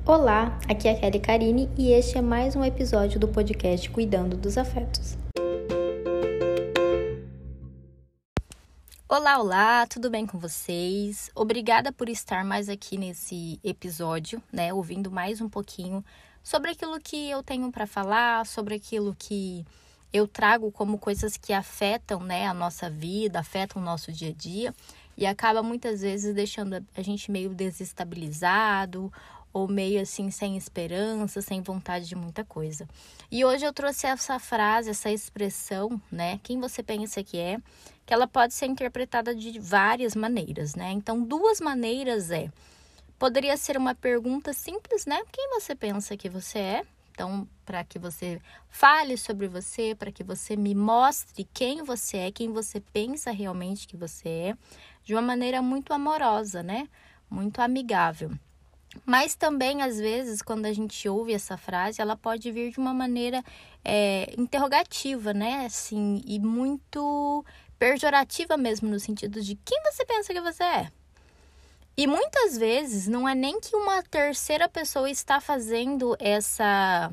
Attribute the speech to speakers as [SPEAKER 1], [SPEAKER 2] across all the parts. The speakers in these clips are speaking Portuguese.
[SPEAKER 1] Olá, aqui é a Kelly Karine e este é mais um episódio do podcast Cuidando dos Afetos.
[SPEAKER 2] Olá, tudo bem com vocês? Obrigada por estar mais aqui nesse episódio, ouvindo mais um pouquinho sobre aquilo que eu tenho para falar, sobre aquilo que eu trago como coisas que afetam, a nossa vida, afetam o nosso dia a dia e acaba muitas vezes deixando a gente meio desestabilizado ou meio assim sem esperança, sem vontade de muita coisa. E hoje eu trouxe essa frase, essa expressão, quem você pensa que ela pode ser interpretada de várias maneiras, Então, duas maneiras poderia ser uma pergunta simples, Quem você pensa que você é? Então, para que você fale sobre você, para que você me mostre quem você pensa realmente que você é, de uma maneira muito amorosa, Muito amigável. Mas também, às vezes, quando a gente ouve essa frase, ela pode vir de uma maneira interrogativa, Assim, e muito pejorativa mesmo, no sentido de quem você pensa que você é? E muitas vezes não é nem que uma terceira pessoa está fazendo essa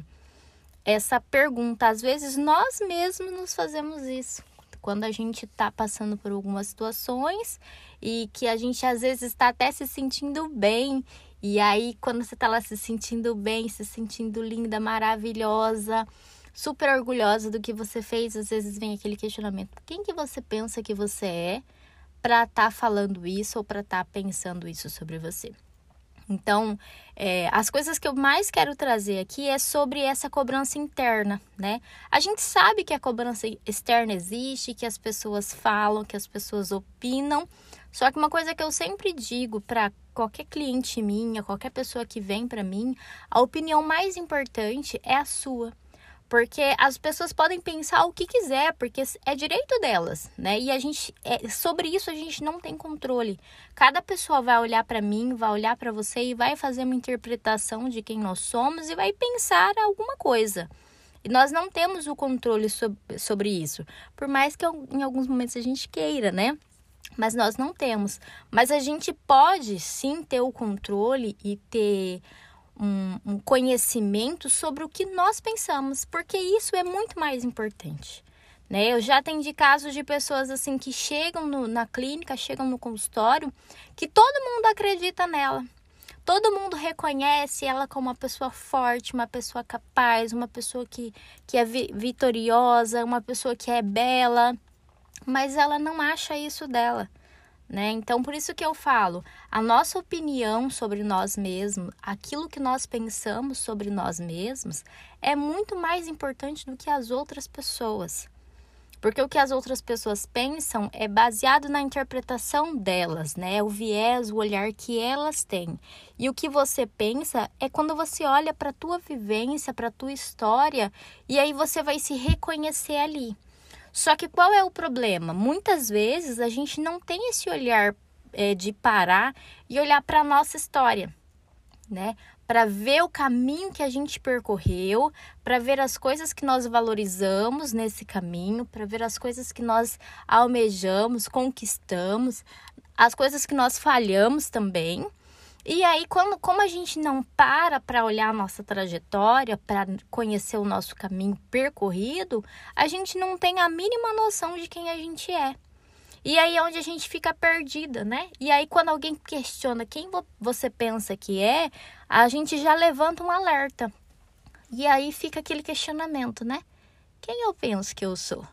[SPEAKER 2] pergunta. Às vezes nós mesmos nos fazemos isso. Quando a gente está passando por algumas situações e que a gente às vezes está até se sentindo bem. E aí, quando você está lá se sentindo bem, se sentindo linda, maravilhosa, super orgulhosa do que você fez, às vezes vem aquele questionamento. Quem que você pensa que você é para estar falando isso ou para estar pensando isso sobre você? Então, as coisas que eu mais quero trazer aqui é sobre essa cobrança interna, A gente sabe que a cobrança externa existe, que as pessoas falam, que as pessoas opinam. Só que uma coisa que eu sempre digo para qualquer cliente minha, qualquer pessoa que vem para mim, a opinião mais importante é a sua. Porque as pessoas podem pensar o que quiser, porque é direito delas, E a gente, sobre isso a gente não tem controle. Cada pessoa vai olhar para mim, vai olhar para você e vai fazer uma interpretação de quem nós somos e vai pensar alguma coisa. E nós não temos o controle sobre isso, por mais que em alguns momentos a gente queira, Mas nós não temos. Mas a gente pode sim ter o controle e ter um conhecimento sobre o que nós pensamos, porque isso é muito mais importante, Eu já atendi casos de pessoas assim que chegam na clínica, chegam no consultório, que todo mundo acredita nela. Todo mundo reconhece ela como uma pessoa forte, uma pessoa capaz, uma pessoa que é vitoriosa, uma pessoa que é bela, mas ela não acha isso dela. Então, por isso que eu falo, a nossa opinião sobre nós mesmos, aquilo que nós pensamos sobre nós mesmos, é muito mais importante do que as outras pessoas. Porque o que as outras pessoas pensam é baseado na interpretação delas, O viés, o olhar que elas têm. E o que você pensa é quando você olha para a tua vivência, para a tua história, e aí você vai se reconhecer ali. Só que qual é o problema? Muitas vezes a gente não tem esse olhar de parar e olhar para a nossa história, Para ver o caminho que a gente percorreu, para ver as coisas que nós valorizamos nesse caminho, para ver as coisas que nós almejamos, conquistamos, as coisas que nós falhamos também. E aí, como a gente não para olhar a nossa trajetória, para conhecer o nosso caminho percorrido, a gente não tem a mínima noção de quem a gente é. E aí é onde a gente fica perdida, E aí, quando alguém questiona quem você pensa que é, a gente já levanta um alerta. E aí fica aquele questionamento, Quem eu penso que eu sou?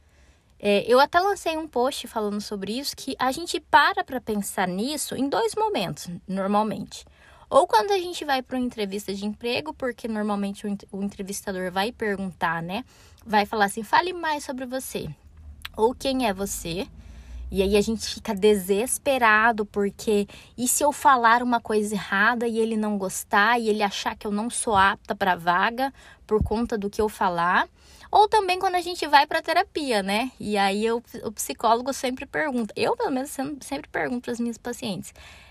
[SPEAKER 2] Eu até lancei um post falando sobre isso, que a gente para pensar nisso em dois momentos, normalmente. Ou quando a gente vai para uma entrevista de emprego, porque normalmente o entrevistador vai perguntar, Vai falar assim, fale mais sobre você. Ou quem é você? E aí a gente fica desesperado, porque e se eu falar uma coisa errada e ele não gostar, e ele achar que eu não sou apta para a vaga por conta do que eu falar? Ou também quando a gente vai para terapia, E aí o psicólogo sempre pergunta, eu pelo menos sempre pergunto para as minhas pacientes,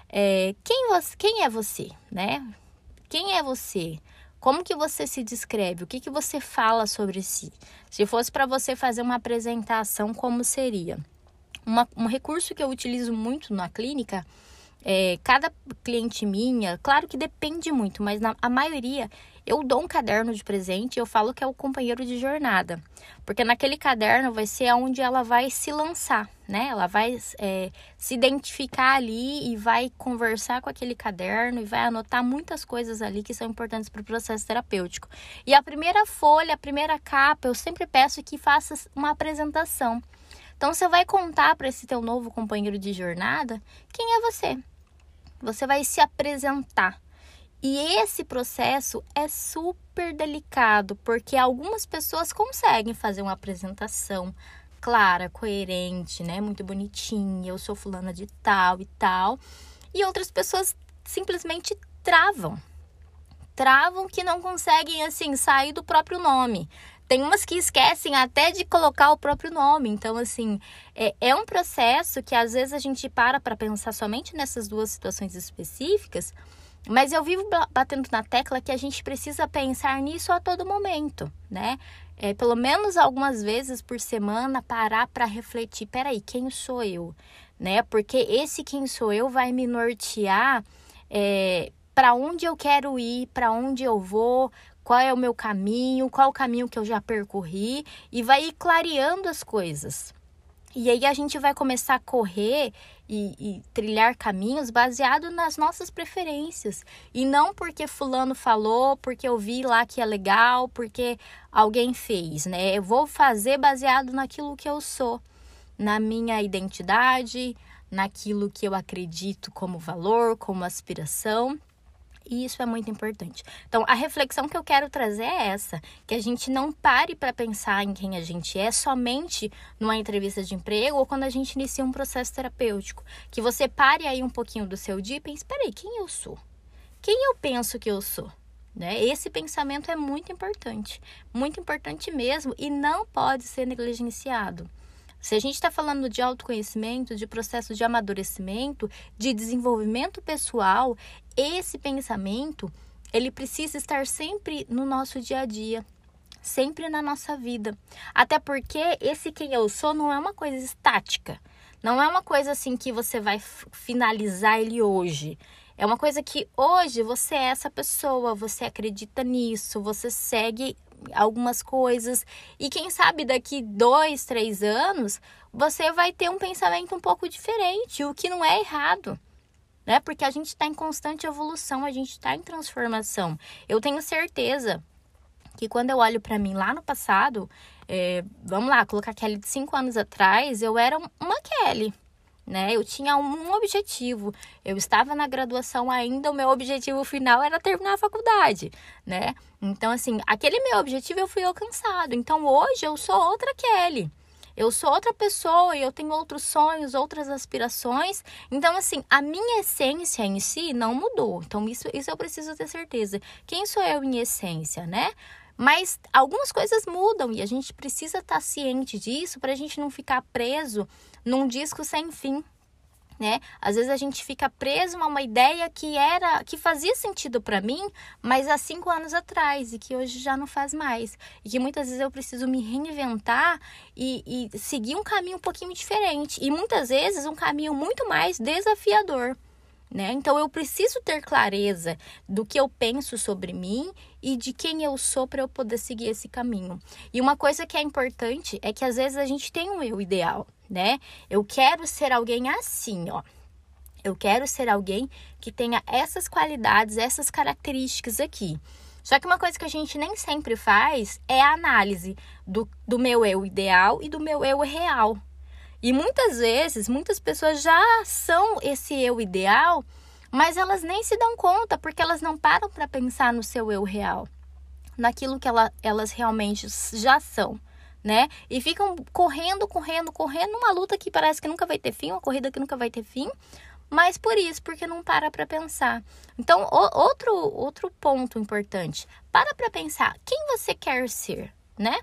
[SPEAKER 2] quem é você, Quem é você? Como que você se descreve? O que você fala sobre si? Se fosse para você fazer uma apresentação, como seria? Um recurso que eu utilizo muito na clínica Cada cliente minha, claro que depende muito, mas a maioria eu dou um caderno de presente e eu falo que é o companheiro de jornada. Porque naquele caderno vai ser onde ela vai se lançar, né? Ela vai se identificar ali e vai conversar com aquele caderno e vai anotar muitas coisas ali que são importantes para o processo terapêutico. E a primeira folha, a primeira capa, eu sempre peço que faça uma apresentação. Então, você vai contar para esse teu novo companheiro de jornada quem é você. Você vai se apresentar. E esse processo é super delicado, porque algumas pessoas conseguem fazer uma apresentação clara, coerente, né? Muito bonitinha, eu sou fulana de tal e tal. E outras pessoas simplesmente travam. Travam que não conseguem, assim, sair do próprio nome. Tem umas que esquecem até de colocar o próprio nome. Então, assim, é um processo que às vezes a gente para pensar somente nessas duas situações específicas, mas eu vivo batendo na tecla que a gente precisa pensar nisso a todo momento, né? Pelo menos algumas vezes por semana, parar para refletir. Peraí, quem sou eu? Né? Porque esse quem sou eu vai me nortear para onde eu quero ir, para onde eu vou, qual é o meu caminho, qual o caminho que eu já percorri, e vai ir clareando as coisas. E aí a gente vai começar a correr e trilhar caminhos baseado nas nossas preferências. E não porque fulano falou, porque eu vi lá que é legal, porque alguém fez, né? Eu vou fazer baseado naquilo que eu sou, na minha identidade, naquilo que eu acredito como valor, como aspiração. E isso é muito importante. Então, a reflexão que eu quero trazer é essa, que a gente não pare para pensar em quem a gente é somente numa entrevista de emprego ou quando a gente inicia um processo terapêutico. Que você pare aí um pouquinho do seu dia e pense, peraí, quem eu sou? Quem eu penso que eu sou? Né? Esse pensamento é muito importante mesmo, e não pode ser negligenciado. Se a gente está falando de autoconhecimento, de processo de amadurecimento, de desenvolvimento pessoal, esse pensamento, ele precisa estar sempre no nosso dia a dia, sempre na nossa vida. Até porque esse quem eu sou não é uma coisa estática, não é uma coisa assim que você vai finalizar ele hoje. É uma coisa que hoje você é essa pessoa, você acredita nisso, você segue algumas coisas, e quem sabe daqui 2, 3 anos você vai ter um pensamento um pouco diferente, o que não é errado, né? Porque a gente está em constante evolução, a gente está em transformação. Eu tenho certeza que quando eu olho para mim lá no passado, vamos lá, colocar a Kelly de 5 anos atrás, eu era uma Kelly, né? Eu tinha um objetivo, eu estava na graduação ainda, o meu objetivo final era terminar a faculdade, né? Então, assim, aquele meu objetivo eu fui alcançado. Então, hoje eu sou outra Kelly, eu sou outra pessoa e eu tenho outros sonhos, outras aspirações. Então, assim, a minha essência em si não mudou. Então, isso eu preciso ter certeza. Quem sou eu em essência, né? Mas algumas coisas mudam e a gente precisa estar ciente disso para a gente não ficar preso num disco sem fim, né? Às vezes a gente fica preso a uma ideia que fazia sentido para mim, mas há 5 anos atrás, e que hoje já não faz mais. E que muitas vezes eu preciso me reinventar e seguir um caminho um pouquinho diferente. E muitas vezes um caminho muito mais desafiador, né? Então, eu preciso ter clareza do que eu penso sobre mim e de quem eu sou para eu poder seguir esse caminho. E uma coisa que é importante é que às vezes a gente tem um eu ideal, né? Eu quero ser alguém assim, ó. Eu quero ser alguém que tenha essas qualidades, essas características aqui. Só que uma coisa que a gente nem sempre faz é a análise do meu eu ideal e do meu eu real. E muitas vezes, muitas pessoas já são esse eu ideal, mas elas nem se dão conta, porque elas não param para pensar no seu eu real, naquilo que elas realmente já são, né? E ficam correndo numa luta que parece que nunca vai ter fim, uma corrida que nunca vai ter fim, mas porque não para pensar. Então, outro ponto importante, para pensar quem você quer ser, né?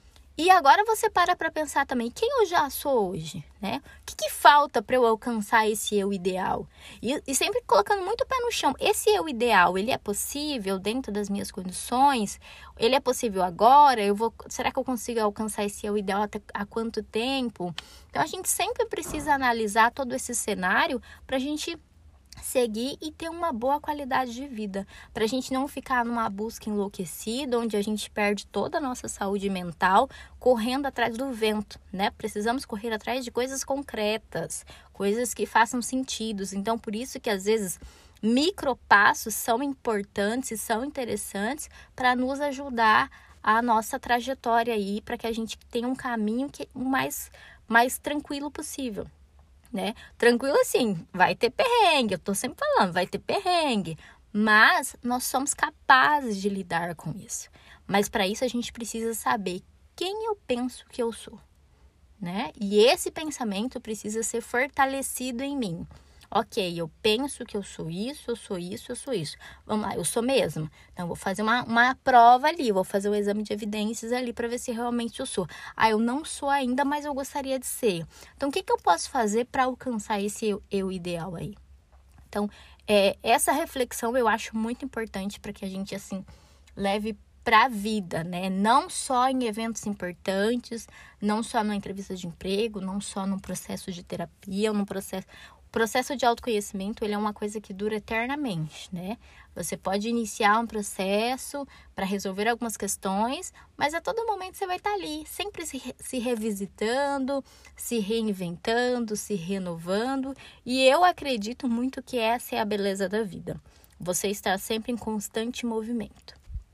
[SPEAKER 2] E agora você para pensar também, quem eu já sou hoje, né? O que falta para eu alcançar esse eu ideal? E sempre colocando muito o pé no chão. Esse eu ideal, ele é possível dentro das minhas condições? Ele é possível agora? Será que eu consigo alcançar esse eu ideal há quanto tempo? Então, a gente sempre precisa analisar todo esse cenário para a gente seguir e ter uma boa qualidade de vida, para a gente não ficar numa busca enlouquecida, onde a gente perde toda a nossa saúde mental correndo atrás do vento, né? Precisamos correr atrás de coisas concretas, coisas que façam sentido. Então, por isso que às vezes micropassos são importantes e são interessantes para nos ajudar a nossa trajetória aí, para que a gente tenha um caminho o mais tranquilo possível. Né? Tranquilo assim, vai ter perrengue, eu tô sempre falando, vai ter perrengue, mas nós somos capazes de lidar com isso. Mas para isso a gente precisa saber quem eu penso que eu sou, né? E esse pensamento precisa ser fortalecido em mim. Ok, eu penso que eu sou isso, eu sou isso, eu sou isso. Vamos lá, eu sou mesmo. Então, vou fazer uma prova ali, vou fazer um exame de evidências ali para ver se realmente eu sou. Eu não sou ainda, mas eu gostaria de ser. Então, o que eu posso fazer para alcançar esse eu ideal aí? Então, essa reflexão eu acho muito importante para que a gente, assim, leve para a vida, né? Não só em eventos importantes, não só numa entrevista de emprego, não só num processo de terapia, num processo... O processo de autoconhecimento, ele é uma coisa que dura eternamente, né? Você pode iniciar um processo para resolver algumas questões, mas a todo momento você vai estar ali, sempre se revisitando, se reinventando, se renovando. E eu acredito muito que essa é a beleza da vida. Você está sempre em constante movimento.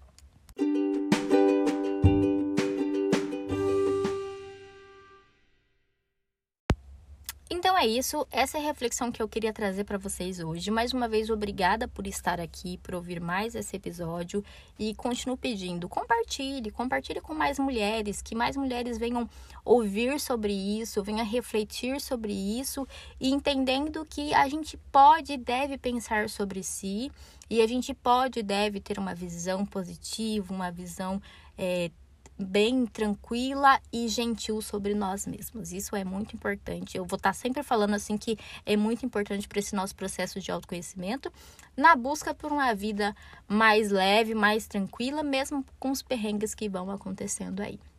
[SPEAKER 2] Então é isso, essa é a reflexão que eu queria trazer para vocês hoje. Mais uma vez, obrigada por estar aqui, por ouvir mais esse episódio e continuo pedindo, compartilhe com mais mulheres, que mais mulheres venham ouvir sobre isso, venham refletir sobre isso e entendendo que a gente pode e deve pensar sobre si e a gente pode e deve ter uma visão positiva, uma visão bem tranquila e gentil sobre nós mesmos. Isso é muito importante. Eu vou estar sempre falando assim que é muito importante para esse nosso processo de autoconhecimento, na busca por uma vida mais leve, mais tranquila, mesmo com os perrengues que vão acontecendo aí.